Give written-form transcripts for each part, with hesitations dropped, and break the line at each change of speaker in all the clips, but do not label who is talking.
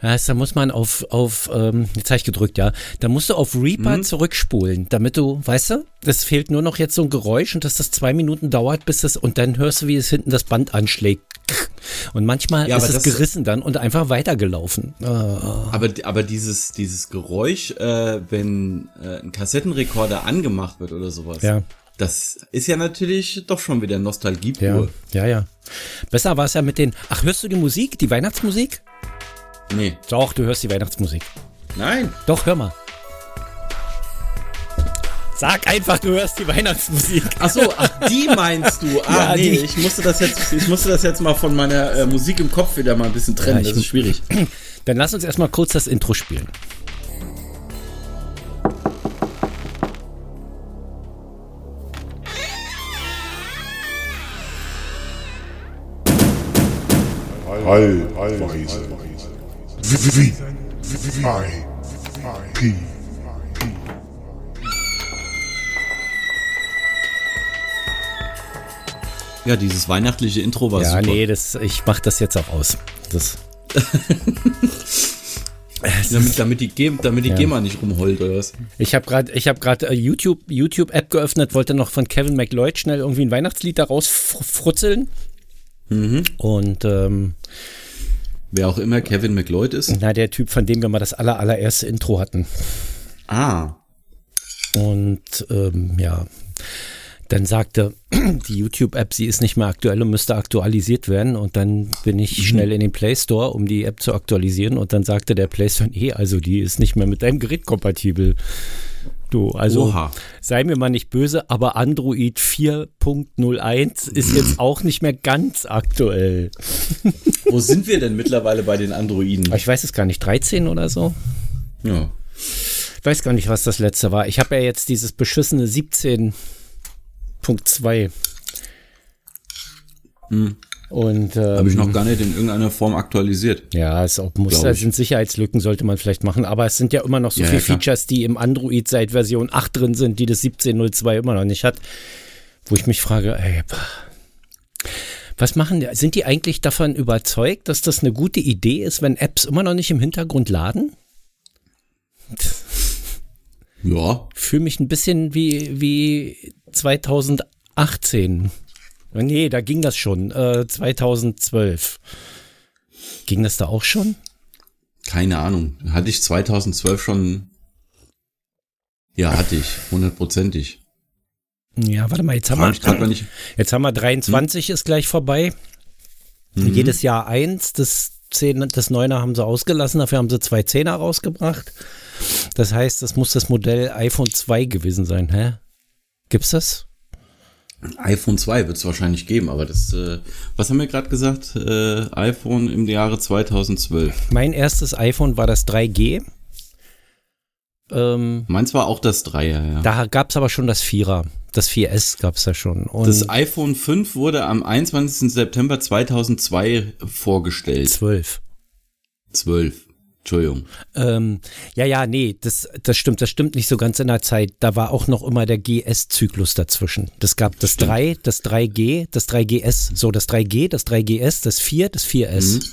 Da muss man jetzt habe ich gedrückt, ja. Da musst du auf Reaper zurückspulen, damit du, weißt du, das fehlt nur noch jetzt so ein Geräusch und dass das 2 Minuten dauert, und dann hörst du, wie es hinten das Band anschlägt. Und manchmal ist es gerissen dann und einfach weitergelaufen.
Aber dieses Geräusch, wenn ein Kassettenrekorder angemacht wird oder sowas, das ist ja natürlich doch schon wieder Nostalgie pur.
Ja. Besser war es ja mit den, hörst du die Musik, die Weihnachtsmusik?
Nee.
Doch, du hörst die Weihnachtsmusik.
Nein.
Doch, hör mal. Sag einfach, du hörst die Weihnachtsmusik.
Ach so, die meinst du?
Ja,
nee, ich musste das jetzt mal von meiner Musik im Kopf wieder mal ein bisschen trennen. Das ist schwierig.
Dann lass uns erstmal kurz das Intro spielen.
Heilweise. VIP.
Ja, dieses weihnachtliche Intro war super.
Ja, nee, ich mach das jetzt auch aus.
Damit die GEMA nicht rumheult, oder was?
Ich habe gerade YouTube-App geöffnet, wollte noch von Kevin MacLeod schnell irgendwie ein Weihnachtslied da rausfrutzeln. Und
wer auch immer Kevin MacLeod ist?
Na, der Typ, von dem wir mal das allererste Intro hatten. Und dann sagte die YouTube-App, sie ist nicht mehr aktuell und müsste aktualisiert werden. Und dann bin ich schnell in den Play Store, um die App zu aktualisieren. Und dann sagte der Play Store, also die ist nicht mehr mit deinem Gerät kompatibel. Du, also sei mir mal nicht böse, aber Android 4.01 ist jetzt auch nicht mehr ganz aktuell.
Wo sind wir denn mittlerweile bei den Androiden?
Ich weiß es gar nicht, 13 oder so?
Ja.
Ich weiß gar nicht, was das letzte war. Ich habe ja jetzt dieses beschissene 17.2. Und
habe ich noch gar nicht in irgendeiner Form aktualisiert.
Ja, es auch sind Sicherheitslücken, sollte man vielleicht machen. Aber es sind ja immer noch so viele Features, die im Android seit Version 8 drin sind, die das 17.02 immer noch nicht hat. Wo ich mich frage, was machen die? Sind die eigentlich davon überzeugt, dass das eine gute Idee ist, wenn Apps immer noch nicht im Hintergrund laden?
Ja.
Fühle mich ein bisschen wie 2018. Nee, da ging das schon. 2012. Ging das da auch schon?
Keine Ahnung. Hatte ich 2012 schon? Ja, hatte ich. 100%ig.
Ja, warte mal, jetzt haben wir 23 ist gleich vorbei. Jedes Jahr 1, das 9er haben sie ausgelassen, dafür haben sie 2 10er rausgebracht. Das heißt, das muss das Modell iPhone 2 gewesen sein, hä? Gibt's das?
iPhone 2 wird es wahrscheinlich geben, aber das, was haben wir gerade gesagt? iPhone im Jahre 2012.
Mein erstes iPhone war das 3G.
Meins war auch das 3er, ja.
Da gab es aber schon das 4er. Das 4S gab es ja schon. Und
das iPhone 5 wurde am 21. September 2002 vorgestellt.
12.
Entschuldigung.
Nee, das stimmt nicht so ganz in der Zeit. Da war auch noch immer der GS-Zyklus dazwischen. Das gab das 3, das 3G, das 3GS, so das 3G, das 3GS, das 4, das 4S.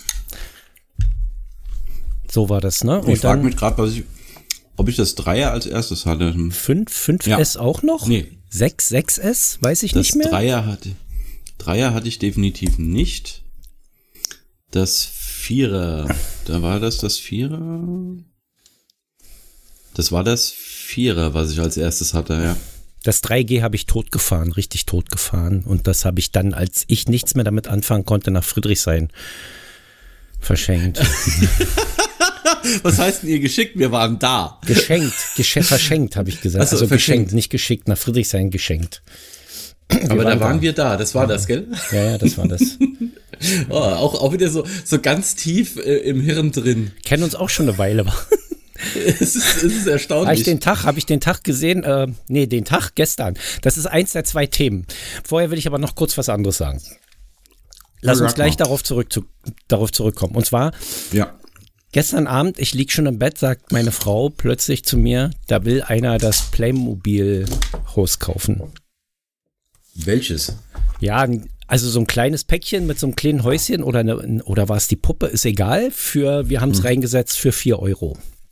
So war das, ne?
Ich frage mich gerade, ob ich das 3er als erstes hatte.
5S auch noch?
Nee.
6S? Weiß ich nicht mehr.
Das 3er hatte ich definitiv nicht. Das 4er, da war das 4er? Das war das 4er, was ich als erstes hatte, ja.
Das 3G habe ich richtig totgefahren. Und das habe ich dann, als ich nichts mehr damit anfangen konnte, nach Friedrichshain verschenkt.
Was heißt denn ihr geschickt? Wir waren da.
Verschenkt, habe ich gesagt. Also geschenkt, nicht geschickt, nach Friedrichshain geschenkt.
Aber da waren wir da, das war das, gell?
Ja, das war das.
Auch wieder so ganz tief im Hirn drin.
Kennen uns auch schon eine Weile.
Es ist erstaunlich.
Habe ich den Tag gesehen? Den Tag gestern. Das ist eins der 2 Themen. Vorher will ich aber noch kurz was anderes sagen. Lass uns gleich darauf zurückkommen. Und zwar, gestern Abend, ich lieg schon im Bett, sagt meine Frau plötzlich zu mir, da will einer das Playmobil-Haus kaufen.
Welches?
Ja, Also so ein kleines Päckchen mit so einem kleinen Häuschen oder war es die Puppe, ist egal. Wir haben es reingesetzt für 4 Euro.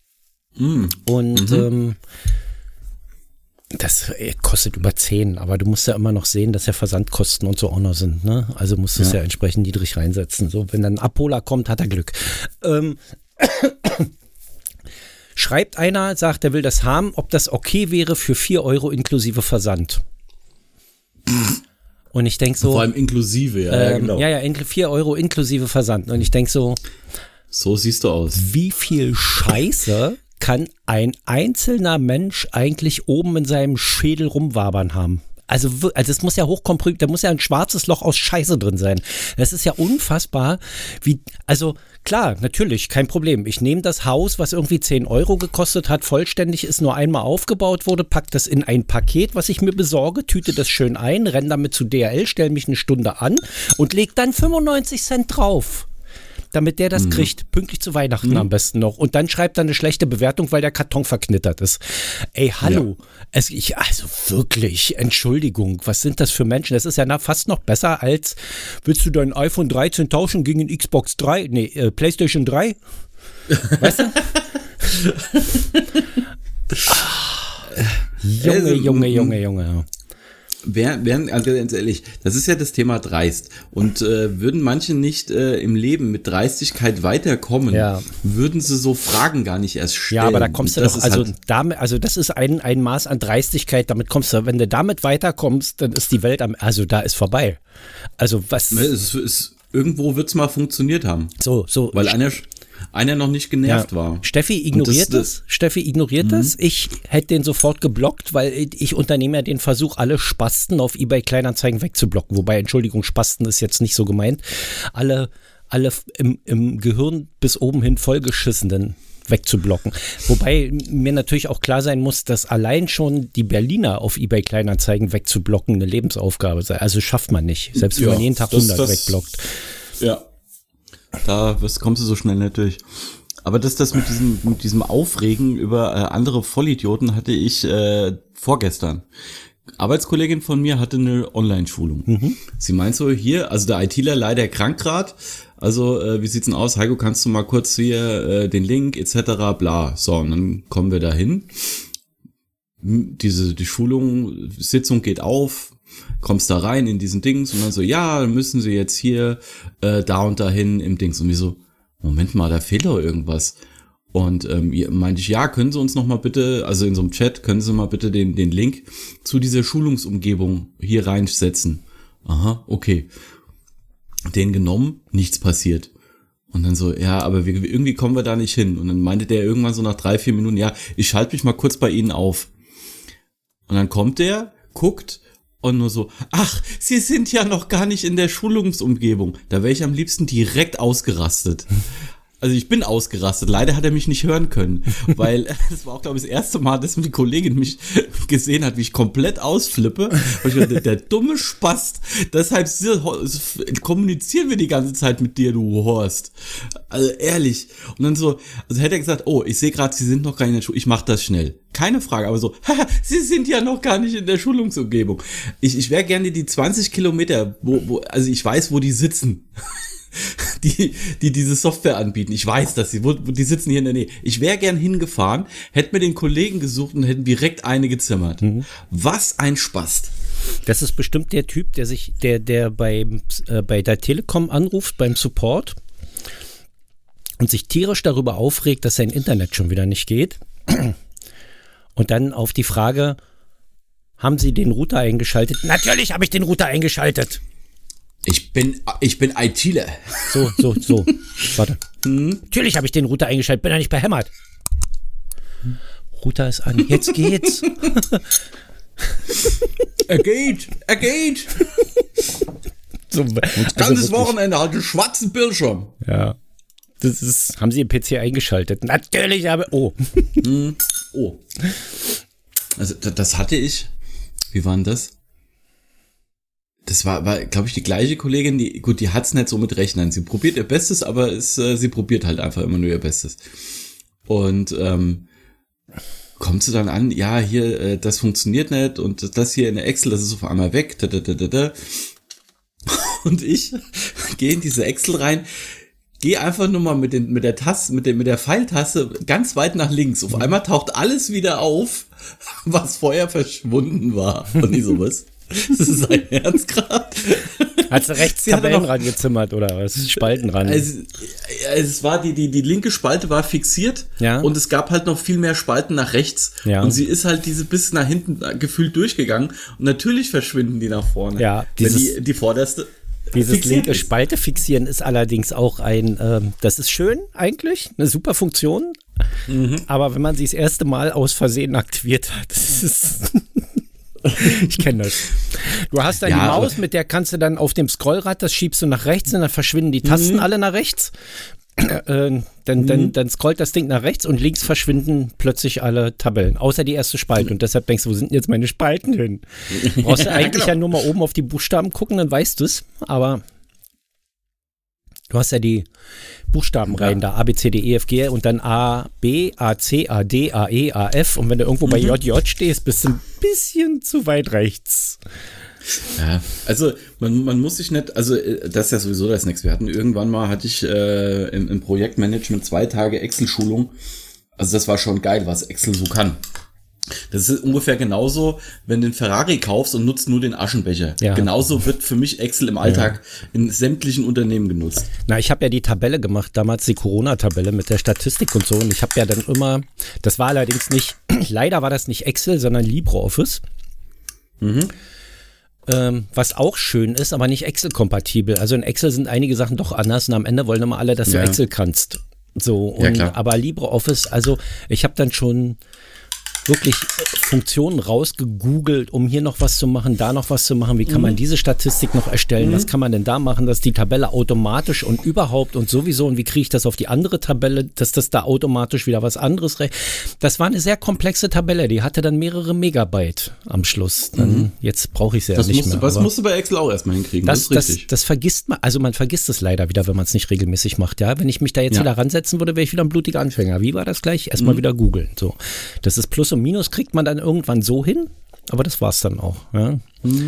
Und das kostet über 10, aber du musst ja immer noch sehen, dass ja Versandkosten und so auch noch sind, ne? Also musst du es ja entsprechend niedrig reinsetzen. So, wenn dann ein Abholer kommt, hat er Glück. Schreibt einer, sagt, er will das haben, ob das okay wäre für 4 Euro inklusive Versand. Und ich denke so.
Vor allem inklusive, ja, genau.
Ja, 4 Euro inklusive Versand. Und ich denke so.
So siehst du aus.
Wie viel Scheiße kann ein einzelner Mensch eigentlich oben in seinem Schädel rumwabern haben? Also es muss ja hochkomprimiert, da muss ja ein schwarzes Loch aus Scheiße drin sein. Das ist ja unfassbar, also klar, natürlich, kein Problem. Ich nehme das Haus, was irgendwie 10 Euro gekostet hat, vollständig ist, nur einmal aufgebaut wurde, pack das in ein Paket, was ich mir besorge, tüte das schön ein, renne damit zu DHL, stelle mich eine Stunde an und leg dann 95 Cent drauf. Damit der das kriegt, pünktlich zu Weihnachten am besten noch. Und dann schreibt er eine schlechte Bewertung, weil der Karton verknittert ist. Ey, hallo. Ja. Also wirklich, Entschuldigung, was sind das für Menschen? Das ist ja fast noch besser als, willst du dein iPhone 13 tauschen gegen ein Xbox 3? Nee, PlayStation 3? Weißt du? Junge.
Also ganz ehrlich, das ist ja das Thema dreist. Und würden manche nicht im Leben mit Dreistigkeit weiterkommen, würden sie so Fragen gar nicht erst stellen.
Ja, aber da kommst du doch, also das ist ein Maß an Dreistigkeit, damit kommst du, wenn du damit weiterkommst, dann ist die Welt da ist vorbei. Also was?
Irgendwo wird's mal funktioniert haben.
So.
Weil einer noch nicht genervt war.
Steffi ignoriert es. Ich hätte den sofort geblockt, weil ich unternehme ja den Versuch, alle Spasten auf eBay Kleinanzeigen wegzublocken. Wobei, Entschuldigung, Spasten ist jetzt nicht so gemeint. Alle im Gehirn bis oben hin vollgeschissenen wegzublocken. Wobei mir natürlich auch klar sein muss, dass allein schon die Berliner auf eBay Kleinanzeigen wegzublocken eine Lebensaufgabe sei. Also schafft man nicht. Selbst wenn man jeden Tag 100 wegblockt.
Ja. Da kommst du so schnell nicht durch. Aber das mit diesem Aufregen über andere Vollidioten hatte ich vorgestern. Arbeitskollegin von mir hatte eine Online-Schulung. Sie meint so, hier, also der ITler leider krank grad. Also wie sieht's denn aus? Heiko, kannst du mal kurz hier den Link etc. bla. So, und dann kommen wir da hin. Die Sitzung geht auf. Kommst da rein in diesen Dings und dann so, ja, dann müssen sie jetzt hier da und dahin im Dings. Und wir so, Moment mal, da fehlt doch irgendwas. Und meinte ich, ja, können Sie uns noch mal bitte, also in so einem Chat, können Sie mal bitte den Link zu dieser Schulungsumgebung hier reinsetzen. Aha, okay. Den genommen, nichts passiert. Und dann so, ja, aber irgendwie kommen wir da nicht hin. Und dann meinte der irgendwann so nach 3-4 Minuten, ja, ich schalte mich mal kurz bei Ihnen auf. Und dann kommt der, guckt, und nur so, ach, Sie sind ja noch gar nicht in der Schulungsumgebung. Da wäre ich am liebsten direkt ausgerastet. Also ich bin ausgerastet. Leider hat er mich nicht hören können, weil das war auch, glaube ich, das erste Mal, dass die Kollegin mich gesehen hat, wie ich komplett ausflippe. Und ich dachte, der dumme Spast. Deshalb kommunizieren wir die ganze Zeit mit dir, du Horst. Also ehrlich. Und dann so, also hätte er gesagt, oh, ich sehe gerade, Sie sind noch gar nicht in der Schule. Ich mache das schnell. Keine Frage, aber so, haha, Sie sind ja noch gar nicht in der Schulungsumgebung. Ich wäre gerne die 20 Kilometer, also ich weiß, wo die sitzen. Die diese Software anbieten. Ich weiß, dass die sitzen hier in der Nähe. Ich wäre gern hingefahren, hätte mir den Kollegen gesucht und hätten direkt eine gezimmert. Was ein Spast.
Das ist bestimmt der Typ, der bei der Telekom anruft, beim Support und sich tierisch darüber aufregt, dass sein Internet schon wieder nicht geht. Und dann auf die Frage, haben Sie den Router eingeschaltet? Natürlich habe ich den Router eingeschaltet.
Ich bin ITler.
So. Warte. Natürlich habe ich den Router eingeschaltet, bin ja nicht behämmert. Router ist an, jetzt geht's.
Er geht.
So,
das ganze Wochenende hat einen schwarzen Bildschirm.
Ja. Haben Sie Ihr PC eingeschaltet? Natürlich, aber, oh.
Oh. Also, das hatte ich. Wie war denn das? Das war glaube ich, die gleiche Kollegin, die hat's nicht so mit Rechnern. Sie probiert ihr Bestes, aber sie probiert halt einfach immer nur ihr Bestes. Und kommt sie dann an, ja, hier, das funktioniert nicht und das hier in der Excel, das ist auf einmal weg. Und ich gehe in diese Excel rein, gehe einfach nur mal mit der Pfeiltaste ganz weit nach links. Auf einmal taucht alles wieder auf, was vorher verschwunden war. Und ich sowas. Das ist ein Ernst gerade.
Hast du rechts Tabellen rangezimmert oder was? Spalten ran?
Es war die linke Spalte war fixiert,
ja.
Und es gab halt noch viel mehr Spalten nach rechts.
Ja.
Und sie ist halt diese bis nach hinten gefühlt durchgegangen. Und natürlich verschwinden die nach vorne.
Ja,
wenn die vorderste.
Dieses linke Spalte fixieren ist allerdings auch das ist schön eigentlich, eine super Funktion. Aber wenn man sie das erste Mal aus Versehen aktiviert hat, das ist ich kenne das. Du hast dann die Maus, mit der kannst du dann auf dem Scrollrad, das schiebst du nach rechts und dann verschwinden die Tasten alle nach rechts. Dann scrollt das Ding nach rechts und links verschwinden plötzlich alle Tabellen, außer die erste Spalte. Und deshalb denkst du, wo sind denn jetzt meine Spalten hin? Brauchst du eigentlich ja nur mal oben auf die Buchstaben gucken, dann weißt du es. Aber du hast ja die Buchstabenreihen da, A, B, C, D, E, F, G und dann A, B, A, C, A, D, A, E, A, F. Und wenn du irgendwo bei J, J stehst, bist du ein bisschen zu weit rechts.
Ja, also man muss sich nicht, also das ist ja sowieso das Nächste. Irgendwann mal hatte ich im Projektmanagement 2 Tage Excel-Schulung. Also das war schon geil, was Excel so kann. Das ist ungefähr genauso, wenn du den Ferrari kaufst und nutzt nur den Aschenbecher. Ja. Genauso wird für mich Excel im Alltag in sämtlichen Unternehmen genutzt.
Na, ich habe ja die Tabelle gemacht, damals die Corona-Tabelle mit der Statistik und so. Und ich habe ja dann immer, das war allerdings nicht, leider war das nicht Excel, sondern LibreOffice. Was auch schön ist, aber nicht Excel-kompatibel. Also in Excel sind einige Sachen doch anders und am Ende wollen immer alle, dass du Excel kannst. So, und, aber LibreOffice, also ich habe dann schon wirklich Funktionen rausgegoogelt, um hier noch was zu machen, da noch was zu machen. Wie kann man diese Statistik noch erstellen? Was kann man denn da machen, dass die Tabelle automatisch und überhaupt und sowieso und wie kriege ich das auf die andere Tabelle, dass das da automatisch wieder was anderes Das war eine sehr komplexe Tabelle, die hatte dann mehrere Megabyte am Schluss. Dann, jetzt brauche ich sie ja nicht mehr.
Das musst du bei Excel auch erstmal hinkriegen, das ist richtig.
Das vergisst man, also man vergisst es leider wieder, wenn man es nicht regelmäßig macht. Ja, wenn ich mich da jetzt wieder ransetzen würde, wäre ich wieder ein blutiger Anfänger. Wie war das gleich? Erstmal wieder googeln. So, das ist Plus und Minus kriegt man dann irgendwann so hin, aber das war's dann auch. Ja,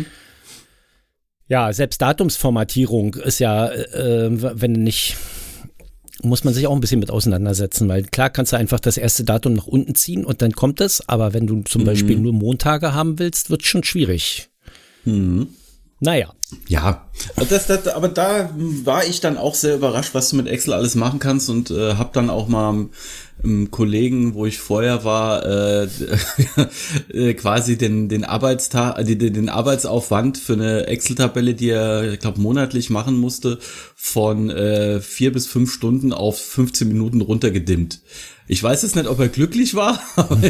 ja, selbst Datumsformatierung ist ja, wenn nicht, muss man sich auch ein bisschen mit auseinandersetzen, weil klar kannst du einfach das erste Datum nach unten ziehen und dann kommt es, aber wenn du zum Beispiel nur Montage haben willst, wird es schon schwierig. Naja.
Ja, aber da war ich dann auch sehr überrascht, was du mit Excel alles machen kannst und habe dann auch mal einem Kollegen, wo ich vorher war, quasi den Arbeitsaufwand für eine Excel-Tabelle, die er, ich glaube, monatlich machen musste, von 4 bis 5 Stunden auf 15 Minuten runtergedimmt. Ich weiß jetzt nicht, ob er glücklich war, aber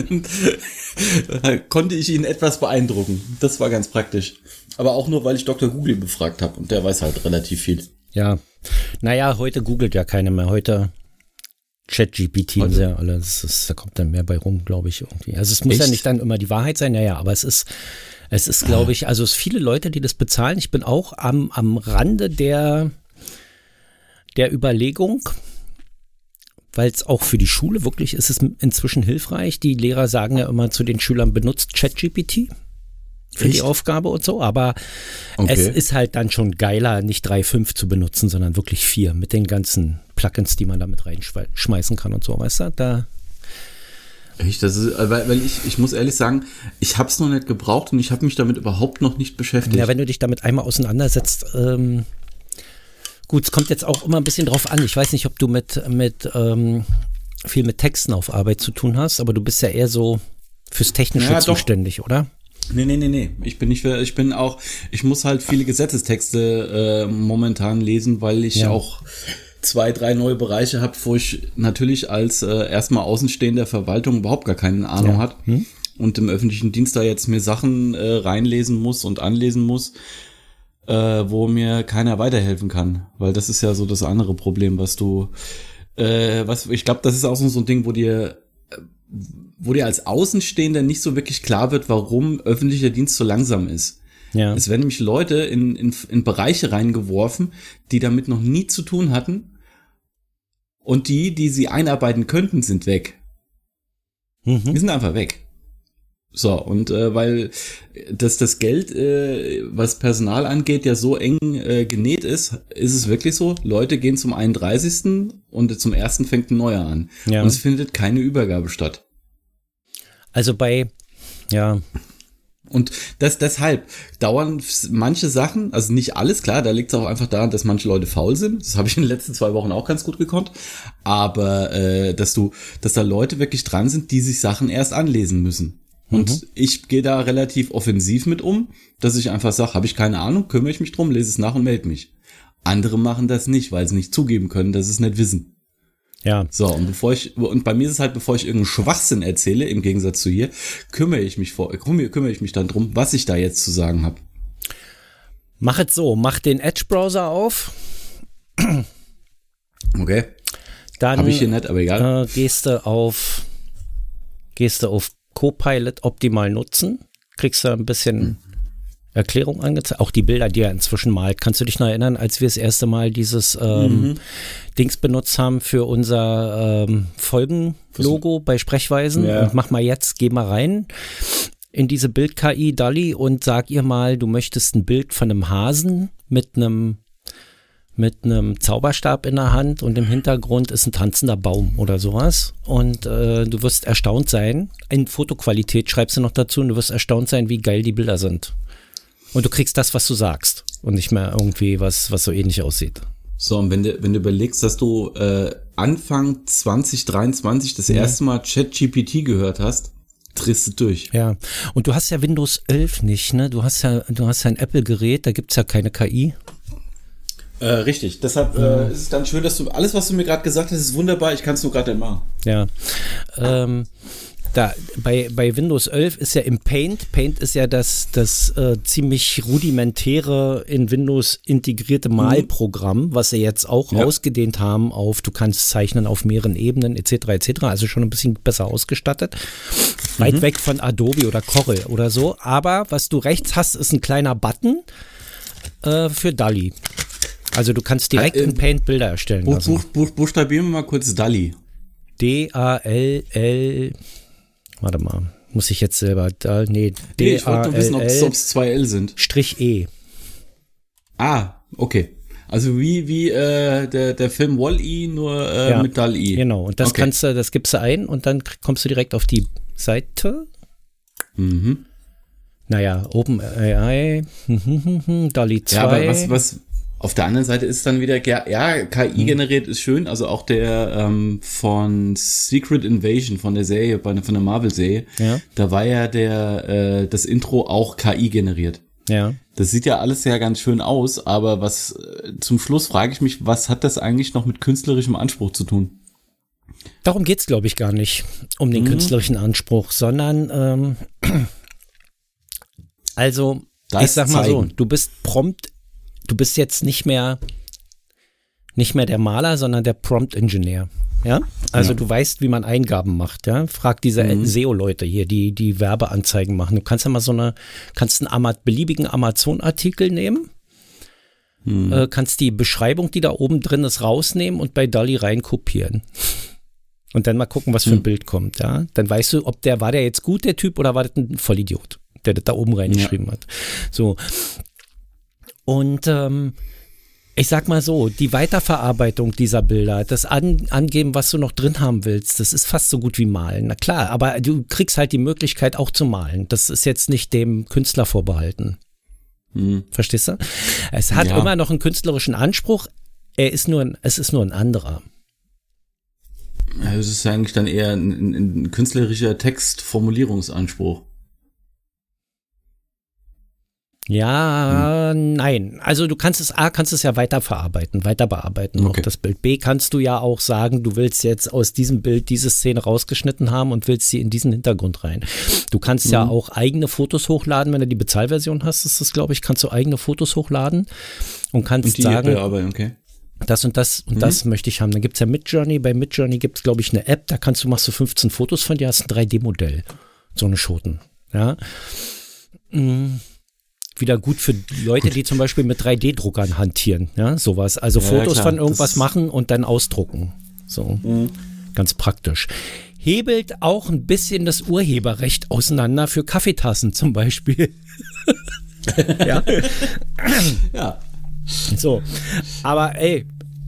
konnte ich ihn etwas beeindrucken. Das war ganz praktisch. Aber auch nur, weil ich Dr. Google befragt habe und der weiß halt relativ viel.
Ja, naja, heute googelt ja keiner mehr. Heute ChatGPT und ja alles. Da kommt dann mehr bei rum, glaube ich, irgendwie. Also es muss ja nicht dann immer die Wahrheit sein, aber es ist, glaube ich, also es viele Leute, die das bezahlen. Ich bin auch am Rande der Überlegung, weil es auch für die Schule wirklich ist es inzwischen hilfreich. Die Lehrer sagen ja immer zu den Schülern, benutzt ChatGPT für die Aufgabe und so, aber es ist halt dann schon geiler, nicht 3.5 zu benutzen, sondern wirklich 4 mit den ganzen Plugins, die man da mit reinschmeißen kann und so, weißt du, da.
Echt, das ist, weil ich muss ehrlich sagen, ich habe es noch nicht gebraucht und ich habe mich damit überhaupt noch nicht beschäftigt.
Ja, wenn du dich damit einmal auseinandersetzt, gut, es kommt jetzt auch immer ein bisschen drauf an. Ich weiß nicht, ob du viel mit Texten auf Arbeit zu tun hast, aber du bist ja eher so fürs Technische zuständig, oder?
Nee. Ich muss halt viele Gesetzestexte momentan lesen, weil ich auch 2, 3 neue Bereiche habe, wo ich natürlich als erstmal außenstehender Verwaltung überhaupt gar keine Ahnung hat und im öffentlichen Dienst da jetzt mir Sachen reinlesen muss und anlesen muss, wo mir keiner weiterhelfen kann, weil das ist ja so das andere Problem, was ich glaube, das ist auch so ein Ding, wo dir als Außenstehender nicht so wirklich klar wird, warum öffentlicher Dienst so langsam ist. Ja. Es werden nämlich Leute in Bereiche reingeworfen, die damit noch nie zu tun hatten und die sie einarbeiten könnten, sind weg. Die sind einfach weg. So, und weil das Geld, was Personal angeht, ja so eng genäht ist es wirklich so, Leute gehen zum 31. und zum 1. fängt ein neuer an.
Ja.
Und es findet keine Übergabe statt.
Also
Und deshalb dauern manche Sachen, also nicht alles, klar, da liegt es auch einfach daran, dass manche Leute faul sind. Das habe ich in den letzten 2 Wochen auch ganz gut gekonnt. Aber dass da Leute wirklich dran sind, die sich Sachen erst anlesen müssen. Und ich gehe da relativ offensiv mit um, dass ich einfach sage, habe ich keine Ahnung, kümmere ich mich drum, lese es nach und melde mich. Andere machen das nicht, weil sie nicht zugeben können, dass sie es nicht wissen.
Ja.
So, und bei mir ist es halt, bevor ich irgendeinen Schwachsinn erzähle, im Gegensatz zu hier, kümmere ich mich dann drum, was ich da jetzt zu sagen habe.
Mach es so, mach den Edge-Browser auf.
Okay.
Dann
habe ich hier nicht, aber egal.
Gehst du auf Copilot optimal nutzen, kriegst du ein bisschen Erklärung angezeigt. Auch die Bilder, die er inzwischen malt. Kannst du dich noch erinnern, als wir das erste Mal dieses Dings benutzt haben für unser Folgenlogo bei Sprechweisen?
Ja.
Und mach mal jetzt, geh mal rein in diese Bild-KI DALL-E und sag ihr mal, du möchtest ein Bild von einem Hasen mit einem Zauberstab in der Hand und im Hintergrund ist ein tanzender Baum oder sowas. Und du wirst erstaunt sein, in Fotoqualität schreibst du noch dazu und du wirst erstaunt sein, wie geil die Bilder sind. Und du kriegst das, was du sagst und nicht mehr irgendwie was so ähnlich aussieht.
So, und wenn du überlegst, dass du Anfang 2023 das erste Mal ChatGPT gehört hast, drehst du durch.
Ja, und du hast ja Windows 11 nicht, ne? Du hast ja ein Apple-Gerät, da gibt's ja keine KI.
Richtig, deshalb ist es ganz schön, dass du alles, was du mir gerade gesagt hast, ist wunderbar, ich kann es nur gerade nicht machen.
Ja, da bei Windows 11 ist ja im Paint ist ja das ziemlich rudimentäre in Windows integrierte Malprogramm, was sie jetzt auch ausgedehnt haben auf, du kannst zeichnen auf mehreren Ebenen etc., also schon ein bisschen besser ausgestattet. Weit weg von Adobe oder Corel oder so, aber was du rechts hast, ist ein kleiner Button für DALL-E. Also du kannst direkt in Paint Bilder erstellen lassen.
Buchstabieren wir mal kurz DALL-E.
D-A-L-L. Warte mal, muss ich jetzt selber.
Nee, ich wollte nur wissen, ob es 2 L sind.
-E.
Ah, okay. Also wie der Film Wall-E, nur mit DALL-E.
Genau, und das das gibst du ein und dann kommst du direkt auf die Seite. Naja, OpenAI, DALL-E 2.
Ja, aber was auf der anderen Seite ist dann wieder, KI generiert ist schön, also auch der von Secret Invasion, von der Serie, von der Marvel-Serie, da war ja das Intro auch KI generiert.
Ja.
Das sieht ja alles ja ganz schön aus, aber zum Schluss frage ich mich, was hat das eigentlich noch mit künstlerischem Anspruch zu tun?
Darum geht's, glaube ich, gar nicht, um den künstlerischen Anspruch, sondern also, ich sag mal so, du bist jetzt nicht mehr der Maler, sondern der Prompt-Ingenieur. Ja, also du weißt, wie man Eingaben macht. Ja, frag diese SEO-Leute hier, die Werbeanzeigen machen. Du kannst ja mal kannst einen beliebigen Amazon-Artikel nehmen, kannst die Beschreibung, die da oben drin ist, rausnehmen und bei DALL-E reinkopieren. Und dann mal gucken, was für ein Bild kommt. Ja, dann weißt du, war der jetzt gut, der Typ, oder war das ein Vollidiot, der das da oben reingeschrieben hat. So. Und ich sag mal so, die Weiterverarbeitung dieser Bilder, das Angeben, was du noch drin haben willst, das ist fast so gut wie malen. Na klar, aber du kriegst halt die Möglichkeit auch zu malen. Das ist jetzt nicht dem Künstler vorbehalten. Verstehst du? Es hat immer noch einen künstlerischen Anspruch, es ist nur ein anderer.
Es ist eigentlich dann eher ein künstlerischer Textformulierungsanspruch.
Ja, nein. Also du kannst es ja weiter bearbeiten, auch das Bild. B kannst du ja auch sagen, du willst jetzt aus diesem Bild diese Szene rausgeschnitten haben und willst sie in diesen Hintergrund rein. Du kannst ja auch eigene Fotos hochladen, wenn du die Bezahlversion hast, ist das, glaube ich, kannst du eigene Fotos hochladen und kannst sagen, das und das und das möchte ich haben. Dann gibt's ja Midjourney. Bei Midjourney gibt's, glaube ich, eine App, machst du 15 Fotos von dir, hast ein 3D-Modell. So eine Schoten. Ja. Wieder gut für Leute, die zum Beispiel mit 3D-Druckern hantieren, ja, sowas. Also Fotos von irgendwas machen und dann ausdrucken. So, ganz praktisch. hebelt auch ein bisschen das Urheberrecht auseinander für Kaffeetassen zum Beispiel. Ja.
Ja.
So, aber ey,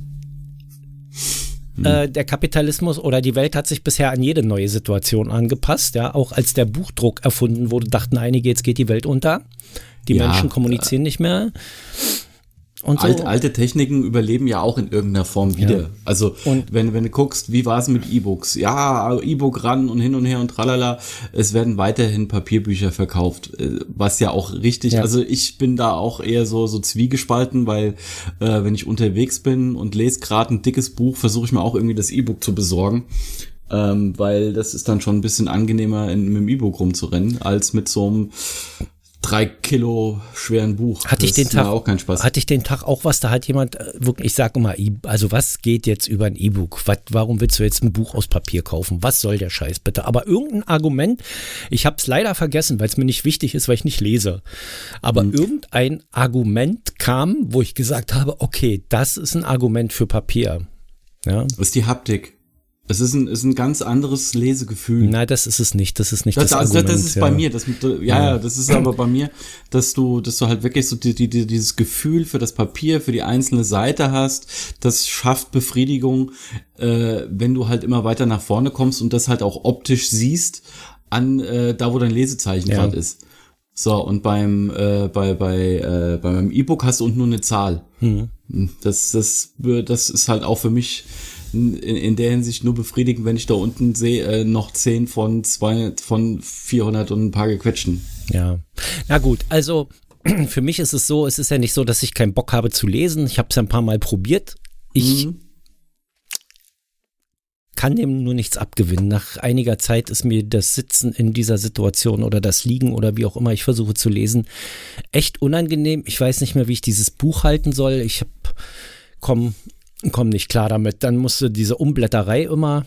der Kapitalismus oder die Welt hat sich bisher an jede neue Situation angepasst. Ja, auch als der Buchdruck erfunden wurde, dachten einige, jetzt geht die Welt unter. Die Menschen kommunizieren nicht mehr. Und so.
Alte Techniken überleben ja auch in irgendeiner Form wieder. Ja. Also wenn du guckst, wie war es mit E-Books? Ja, E-Book ran und hin und her und tralala. Es werden weiterhin Papierbücher verkauft, was ja auch richtig, also ich bin da auch eher so zwiegespalten, weil wenn ich unterwegs bin und lese gerade ein dickes Buch, versuche ich mir auch irgendwie das E-Book zu besorgen. Weil das ist dann schon ein bisschen angenehmer, mit dem E-Book rumzurennen, als mit so einem 3 Kilo schweren Buch.
Hatte ich den Tag auch was, da hat jemand wirklich, ich sage immer, also was geht jetzt über ein E-Book? Warum willst du jetzt ein Buch aus Papier kaufen? Was soll der Scheiß bitte? Aber irgendein Argument, ich habe es leider vergessen, weil es mir nicht wichtig ist, weil ich nicht lese. Aber irgendein Argument kam, wo ich gesagt habe, okay, das ist ein Argument für Papier. Ja?
Das ist die Haptik. Es ist ein ganz anderes Lesegefühl.
Nein, das ist es nicht. Das ist nicht das
Argument.
Das
ist bei mir. Das ist aber bei mir, dass du halt wirklich so dieses Gefühl für das Papier, für die einzelne Seite hast. Das schafft Befriedigung, wenn du halt immer weiter nach vorne kommst und das halt auch optisch siehst, da wo dein Lesezeichen gerade ist. So, und beim E-Book hast du unten nur eine Zahl. Das ist halt auch für mich in der Hinsicht nur befriedigend, wenn ich da unten sehe, noch 10 von 400 und ein paar gequetschten.
Ja, na gut, also für mich ist es so, es ist ja nicht so, dass ich keinen Bock habe zu lesen. Ich habe es ja ein paar Mal probiert. Ich kann dem nur nichts abgewinnen. Nach einiger Zeit ist mir das Sitzen in dieser Situation oder das Liegen oder wie auch immer ich versuche zu lesen, echt unangenehm. Ich weiß nicht mehr, wie ich dieses Buch halten soll. Ich komm nicht klar damit. Dann musste diese Umblätterei immer.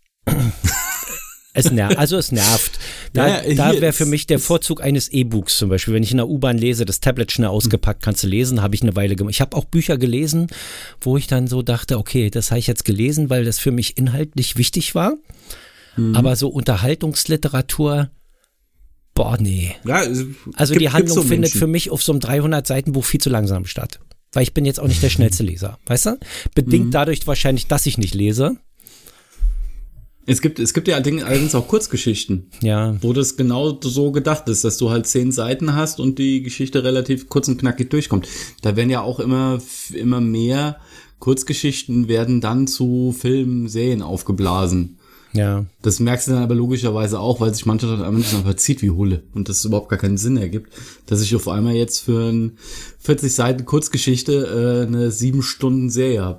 Es nervt. Da wäre für mich der Vorzug eines E-Books zum Beispiel. Wenn ich in der U-Bahn lese, das Tablet schnell ausgepackt, kannst du lesen, habe ich eine Weile gemacht. Ich habe auch Bücher gelesen, wo ich dann so dachte, okay, das habe ich jetzt gelesen, weil das für mich inhaltlich wichtig war. Aber so Unterhaltungsliteratur, boah, nee.
Ja,
also die Handlung findet für mich auf so einem 300-Seiten-Buch viel zu langsam statt. Weil ich bin jetzt auch nicht der schnellste Leser, weißt du? Bedingt dadurch wahrscheinlich, dass ich nicht lese.
Es gibt ja allerdings auch Kurzgeschichten, wo das genau so gedacht ist, dass du halt 10 Seiten hast und die Geschichte relativ kurz und knackig durchkommt. Da werden ja auch immer mehr Kurzgeschichten werden dann zu Filmen, Serien aufgeblasen.
Ja.
Das merkst du dann aber logischerweise auch, weil sich manche dann einfach zieht wie Hulle und das überhaupt gar keinen Sinn ergibt, dass ich auf einmal jetzt für eine 40 Seiten Kurzgeschichte eine 7 Stunden Serie habe.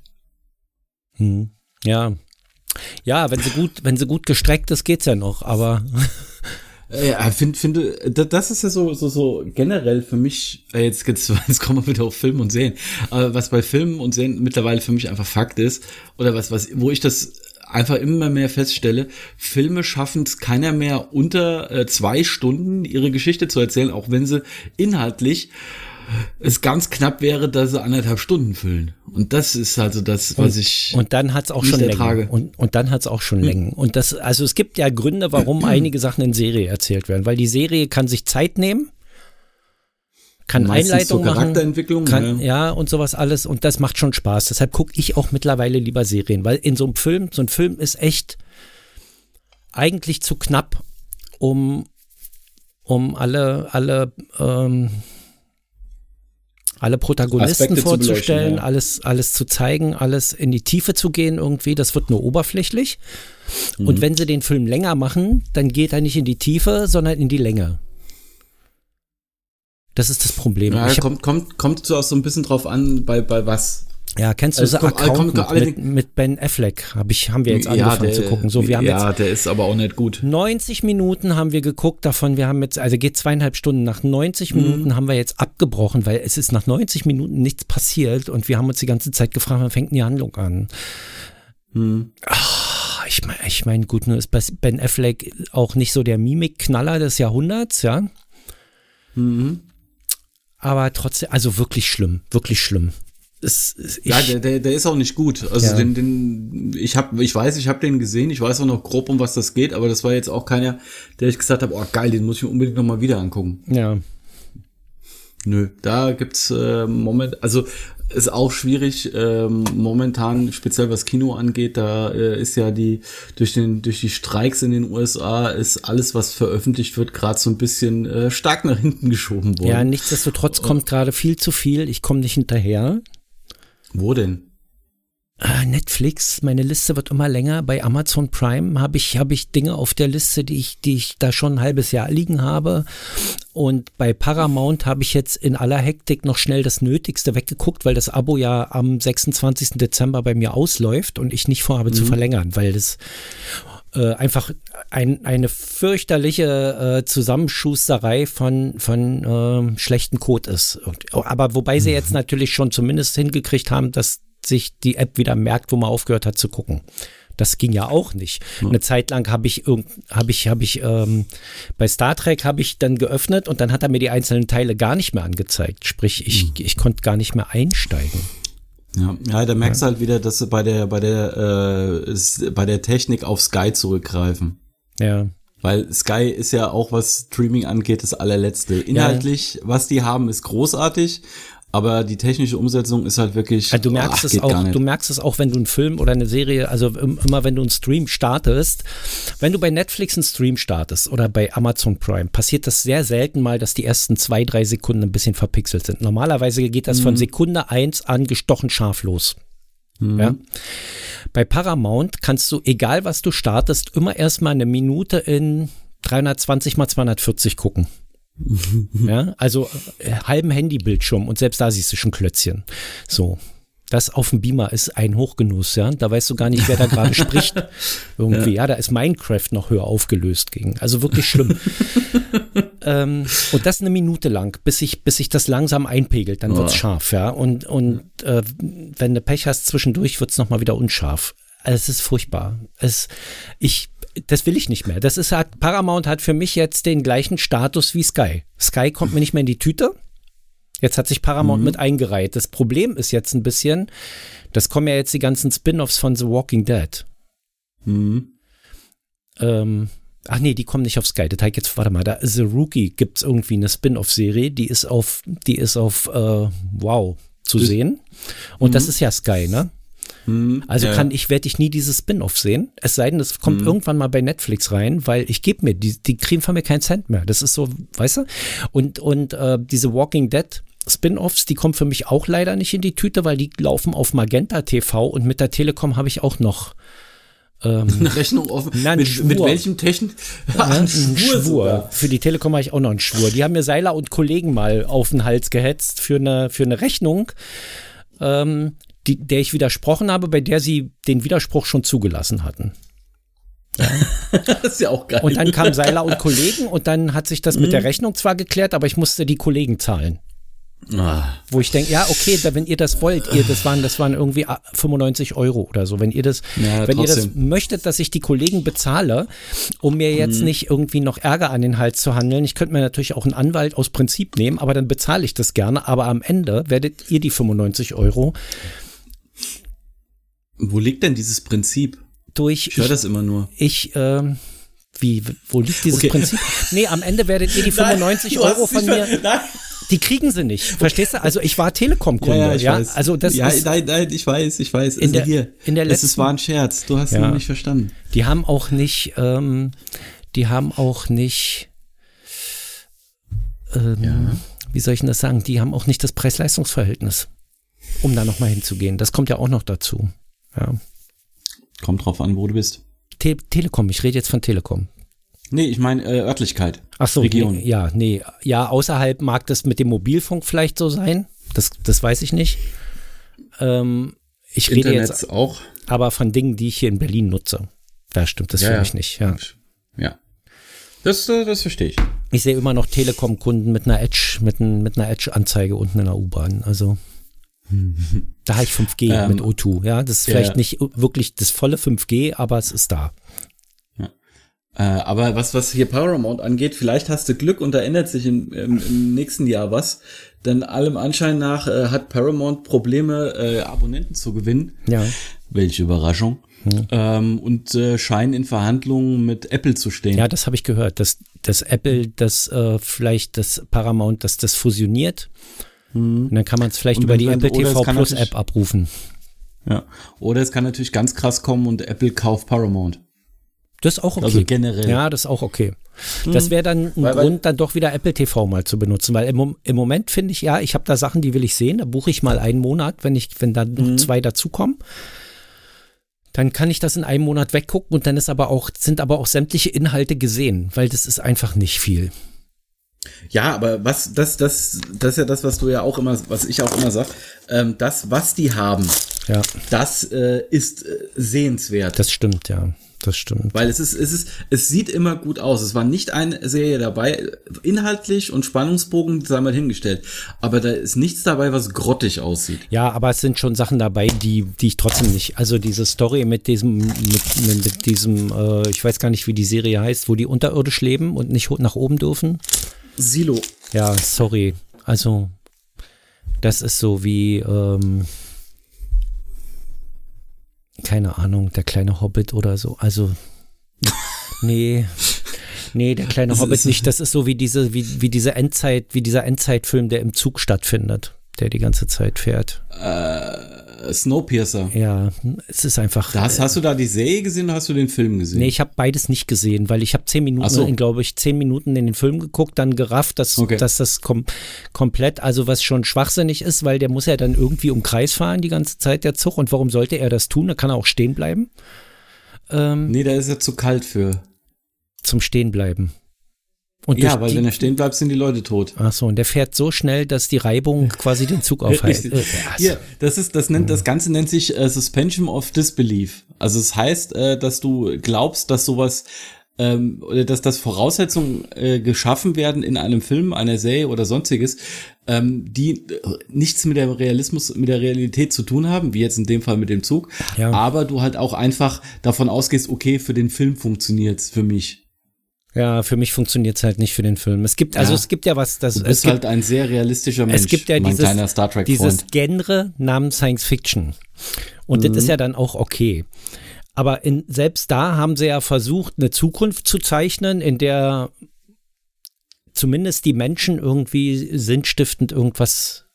Ja. Ja, wenn sie gut gestreckt ist, geht's ja noch, aber
ja, finde, das ist ja so generell für mich, jetzt kommen wir wieder auf Film und Serien, aber was bei Filmen und Serien mittlerweile für mich einfach Fakt ist, oder wo ich das einfach immer mehr feststelle, Filme schaffen es keiner mehr unter 2 Stunden ihre Geschichte zu erzählen, auch wenn sie inhaltlich es ganz knapp wäre, dass sie 1,5 Stunden füllen. Und das ist also das, was ich
und dann hat's auch schon Längen. Und dann hat's auch schon Längen. Und das, also es gibt ja Gründe, warum einige Sachen in Serie erzählt werden, weil die Serie kann sich Zeit nehmen, kann Einleitung machen,
Charakterentwicklung,
und sowas alles, und das macht schon Spaß. Deshalb gucke ich auch mittlerweile lieber Serien, weil in so ein Film ist echt eigentlich zu knapp, um alle Protagonisten
Aspekte
vorzustellen, alles zu zeigen, alles in die Tiefe zu gehen irgendwie, das wird nur oberflächlich. Und wenn sie den Film länger machen, dann geht er nicht in die Tiefe, sondern in die Länge. Das ist das Problem.
Ja, kommt so auch so ein bisschen drauf an, bei was.
Ja, kennst du The Accountant mit Ben Affleck? Haben wir jetzt angefangen zu gucken. So,
der ist aber auch nicht gut.
90 Minuten haben wir geguckt, davon wir haben jetzt, also geht 2,5 Stunden. Nach 90 Minuten haben wir jetzt abgebrochen, weil es ist nach 90 Minuten nichts passiert und wir haben uns die ganze Zeit gefragt, wann fängt denn die Handlung an? Ich meine, gut, nur ist bei Ben Affleck auch nicht so der Mimikknaller des Jahrhunderts, ja. Aber trotzdem, also wirklich schlimm, wirklich schlimm.
der ist auch nicht gut. Also
Ja.
ich habe den gesehen, ich weiß auch noch grob, um was das geht, aber das war jetzt auch keiner, der ich gesagt habe, oh geil, den muss ich mir unbedingt nochmal wieder angucken.
Ja.
Nö, da gibt's also ist auch schwierig momentan, speziell was Kino angeht, da ist ja durch die Streiks in den USA ist alles, was veröffentlicht wird, gerade so ein bisschen stark nach hinten geschoben worden.
Ja, nichtsdestotrotz kommt gerade viel zu viel. Ich komme nicht hinterher.
Wo denn?
Netflix, meine Liste wird immer länger. Bei Amazon Prime habe ich Dinge auf der Liste, die ich da schon ein halbes Jahr liegen habe. Und bei Paramount habe ich jetzt in aller Hektik noch schnell das Nötigste weggeguckt, weil das Abo ja am 26. Dezember bei mir ausläuft und ich nicht vorhabe zu verlängern, weil das einfach eine fürchterliche Zusammenschusterei von schlechten Code ist. Aber wobei sie jetzt natürlich schon zumindest hingekriegt haben, dass sich die App wieder merkt, wo man aufgehört hat zu gucken. Das ging ja auch nicht. Eine Zeit lang habe ich bei Star Trek habe ich dann geöffnet und dann hat er mir die einzelnen Teile gar nicht mehr angezeigt. Sprich, ich konnte gar nicht mehr einsteigen.
Ja, da merkst du halt wieder, dass sie bei der Technik auf Sky zurückgreifen.
Ja.
Weil Sky ist ja auch, was Streaming angeht, das allerletzte. Inhaltlich, was die haben, ist großartig. Aber die technische Umsetzung ist halt wirklich.
Du merkst es auch, wenn du einen Film oder eine Serie, also immer wenn du einen Stream startest, wenn du bei Netflix einen Stream startest oder bei Amazon Prime, passiert das sehr selten mal, dass die ersten 2-3 Sekunden ein bisschen verpixelt sind. Normalerweise geht das von Sekunde 1 an gestochen scharf los. Ja? Bei Paramount kannst du, egal was du startest, immer erstmal eine Minute in 320 mal 240 gucken. Ja, also halben Handybildschirm und selbst da siehst du schon Klötzchen. So, das auf dem Beamer ist ein Hochgenuss, ja. Da weißt du gar nicht, wer da gerade spricht. Irgendwie, ja, da ist Minecraft noch höher aufgelöst gegen. Also wirklich schlimm. Und das eine Minute lang, bis sich das langsam einpegelt, dann wird's scharf, ja. Und wenn du Pech hast, zwischendurch wird's nochmal wieder unscharf. Also es ist furchtbar. Das will ich nicht mehr. Paramount hat für mich jetzt den gleichen Status wie Sky. Sky kommt mir nicht mehr in die Tüte. Jetzt hat sich Paramount mit eingereiht. Das Problem ist jetzt ein bisschen, das kommen ja jetzt die ganzen Spin-offs von The Walking Dead. Ach nee, die kommen nicht auf Sky. Warte mal, da The Rookie gibt's irgendwie eine Spin-off-Serie, die ist auf Wow zu sehen. Und das ist ja Sky, ne? Also werde ich nie dieses Spin-off sehen, es sei denn, es kommt irgendwann mal bei Netflix rein, weil ich gebe mir, die kriegen von mir keinen Cent mehr. Das ist so, weißt du? Und diese Walking Dead Spin-offs, die kommen für mich auch leider nicht in die Tüte, weil die laufen auf Magenta TV und mit der Telekom habe ich auch noch
eine Rechnung offen. Mit welchem Technik?
Ein Schwur. Für die Telekom habe ich auch noch einen Schwur. Die haben mir Seiler und Kollegen mal auf den Hals gehetzt für eine Rechnung, der ich widersprochen habe, bei der sie den Widerspruch schon zugelassen hatten. Ja.
Das ist ja auch geil.
Und dann kam Seiler und Kollegen und dann hat sich das mit der Rechnung zwar geklärt, aber ich musste die Kollegen zahlen. Wo ich denke, ja, okay, wenn ihr das wollt, das waren irgendwie 95 € oder so. Wenn ihr das möchtet, dass ich die Kollegen bezahle, um mir jetzt nicht irgendwie noch Ärger an den Hals zu handeln, ich könnte mir natürlich auch einen Anwalt aus Prinzip nehmen, aber dann bezahle ich das gerne. Aber am Ende werdet ihr die 95 €.
Wo liegt denn dieses Prinzip? Ich höre das immer nur.
Wo liegt dieses Prinzip? Nee, am Ende werdet ihr die 95 € von mir.
Nein.
Die kriegen sie nicht, verstehst du? Also ich war Telekom-Kunde,
ich weiß.
Also das ist,
nein, ich weiß. Es war ein Scherz, du hast ihn nicht verstanden.
Die haben auch nicht, wie soll ich denn das sagen? Die haben auch nicht das Preis-Leistungs-Verhältnis, um da nochmal hinzugehen. Das kommt ja auch noch dazu. Ja.
Kommt drauf an, wo du bist.
Telekom, ich rede jetzt von Telekom.
Nee, ich meine Örtlichkeit.
Ach so,
Region.
Ja, außerhalb mag das mit dem Mobilfunk vielleicht so sein. Das weiß ich nicht. Ich rede jetzt
auch.
Aber von Dingen, die ich hier in Berlin nutze. Da stimmt das für mich nicht.
Ja. Das verstehe ich.
Ich sehe immer noch Telekom-Kunden mit einer Edge-Anzeige unten in der U-Bahn. Also da habe ich 5G mit O2. Ja, das ist vielleicht nicht wirklich das volle 5G, aber es ist da.
Aber was hier Paramount angeht, vielleicht hast du Glück und da ändert sich im nächsten Jahr was. Denn allem Anschein nach hat Paramount Probleme, Abonnenten zu gewinnen.
Ja.
Welche Überraschung. Und scheinen in Verhandlungen mit Apple zu stehen.
Ja, das habe ich gehört, dass Apple vielleicht das Paramount, dass das fusioniert. Und dann kann man es vielleicht über die Apple TV Plus App abrufen.
Ja. Oder es kann natürlich ganz krass kommen und Apple kauft Paramount.
Das ist auch okay.
Also generell.
Ja, das ist auch okay. Das wäre dann ein Grund, dann doch wieder Apple TV mal zu benutzen, weil im Moment finde ich, ja, ich habe da Sachen, die will ich sehen, da buche ich mal einen Monat, wenn dann noch 2 dazukommen. Dann kann ich das in einem Monat weggucken und dann sind aber auch sämtliche Inhalte gesehen, weil das ist einfach nicht viel.
Ja, aber das ist ja das, was du ja auch immer, was ich auch immer sag, das, was die haben,
ja,
das ist sehenswert.
Das stimmt, ja. Das stimmt.
Weil es sieht immer gut aus. Es war nicht eine Serie dabei, inhaltlich und Spannungsbogen, sei mal hingestellt. Aber da ist nichts dabei, was grottig aussieht.
Ja, aber es sind schon Sachen dabei, die ich trotzdem nicht, also diese Story mit diesem, ich weiß gar nicht, wie die Serie heißt, wo die unterirdisch leben und nicht nach oben dürfen.
Silo.
Ja, sorry. Also, das ist so wie, keine Ahnung, der kleine Hobbit oder so. Also, nee, der kleine Hobbit nicht. Das ist so wie dieser Endzeitfilm, der im Zug stattfindet, der die ganze Zeit fährt.
Snowpiercer.
Ja, es ist einfach.
Hast du da die Serie gesehen oder hast du den Film gesehen?
Nee, ich habe beides nicht gesehen, weil ich habe 10 Minuten in den Film geguckt, dann gerafft, dass das komplett, also was schon schwachsinnig ist, weil der muss ja dann irgendwie um Kreis fahren die ganze Zeit, der Zug. Und warum sollte er das tun? Da kann er auch stehen bleiben.
Nee, da ist er zu kalt für.
Zum Stehenbleiben. Und
ja, weil wenn er stehen bleibt, sind die Leute tot.
Ach so, und der fährt so schnell, dass die Reibung quasi den Zug aufhält.
Hier, das Ganze nennt sich Suspension of Disbelief. Also es heißt, dass du glaubst, dass sowas oder dass das Voraussetzungen geschaffen werden in einem Film, einer Serie oder sonstiges, die nichts mit der Realität zu tun haben, wie jetzt in dem Fall mit dem Zug. Ja. Aber du halt auch einfach davon ausgehst, okay, für den Film funktioniert's für mich.
Ja, für mich funktioniert es halt nicht für den Film. Es gibt ja was, das
du bist halt ein sehr realistischer Mensch.
Es gibt ja
mein kleiner Star Trek
dieses Genre namens Science Fiction. Und das ist ja dann auch okay. Aber selbst da haben sie ja versucht, eine Zukunft zu zeichnen, in der zumindest die Menschen irgendwie sinnstiftend irgendwas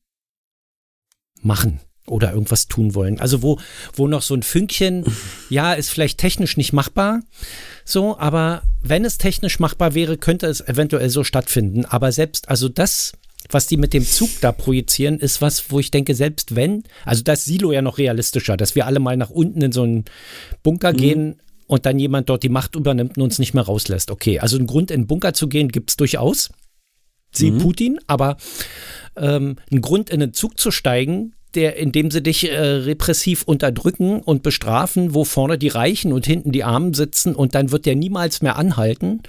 machen oder irgendwas tun wollen. Also wo noch so ein Fünkchen, ja, ist vielleicht technisch nicht machbar, so, aber wenn es technisch machbar wäre, könnte es eventuell so stattfinden. Aber selbst, also das, was die mit dem Zug da projizieren, ist was, wo ich denke, selbst wenn, also das Silo ja noch realistischer, dass wir alle mal nach unten in so einen Bunker gehen und dann jemand dort die Macht übernimmt und uns nicht mehr rauslässt. Okay, also einen Grund, in den Bunker zu gehen, gibt es durchaus. Sie Putin, aber einen Grund, in den Zug zu steigen, indem sie dich repressiv unterdrücken und bestrafen, wo vorne die Reichen und hinten die Armen sitzen und dann wird der niemals mehr anhalten.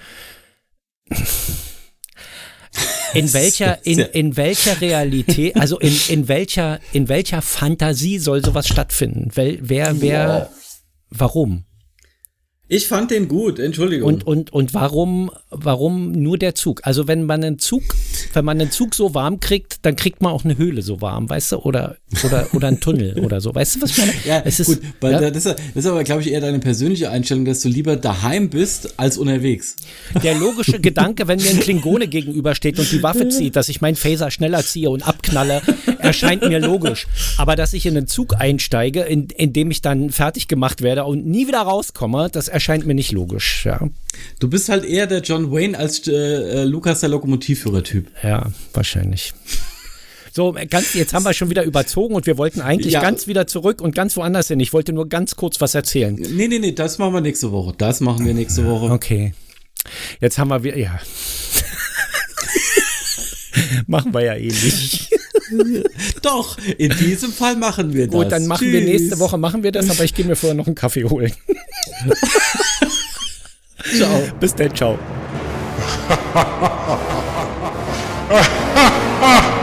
In welcher Realität, also in welcher Fantasie soll sowas stattfinden? Warum?
Ich fand den gut, Entschuldigung.
Und warum nur der Zug? Also wenn man einen Zug so warm kriegt, dann kriegt man auch eine Höhle so warm, weißt du? Oder einen Tunnel oder so. Weißt du, was ich meine?
Ja, es ist gut, weil ja? Das ist aber, glaube ich, eher deine persönliche Einstellung, dass du lieber daheim bist als unterwegs.
Der logische Gedanke, wenn mir ein Klingone gegenübersteht und die Waffe zieht, dass ich meinen Phaser schneller ziehe und abknalle, erscheint mir logisch. Aber dass ich in einen Zug einsteige, in dem ich dann fertig gemacht werde und nie wieder rauskomme, das erscheint mir nicht logisch, ja.
Du bist halt eher der John Wayne als Lukas der Lokomotivführer-Typ.
Ja, wahrscheinlich. So, jetzt haben wir schon wieder überzogen und wir wollten eigentlich ganz wieder zurück und ganz woanders hin. Ich wollte nur ganz kurz was erzählen.
Nee, das machen wir nächste Woche.
Okay. Jetzt haben wir wieder, ja. Machen wir ja eh nicht.
Doch, in diesem Fall machen wir das.
Gut, dann machen wir nächste Woche das, aber ich gehe mir vorher noch einen Kaffee holen.
Ciao.
Bis dann, ciao.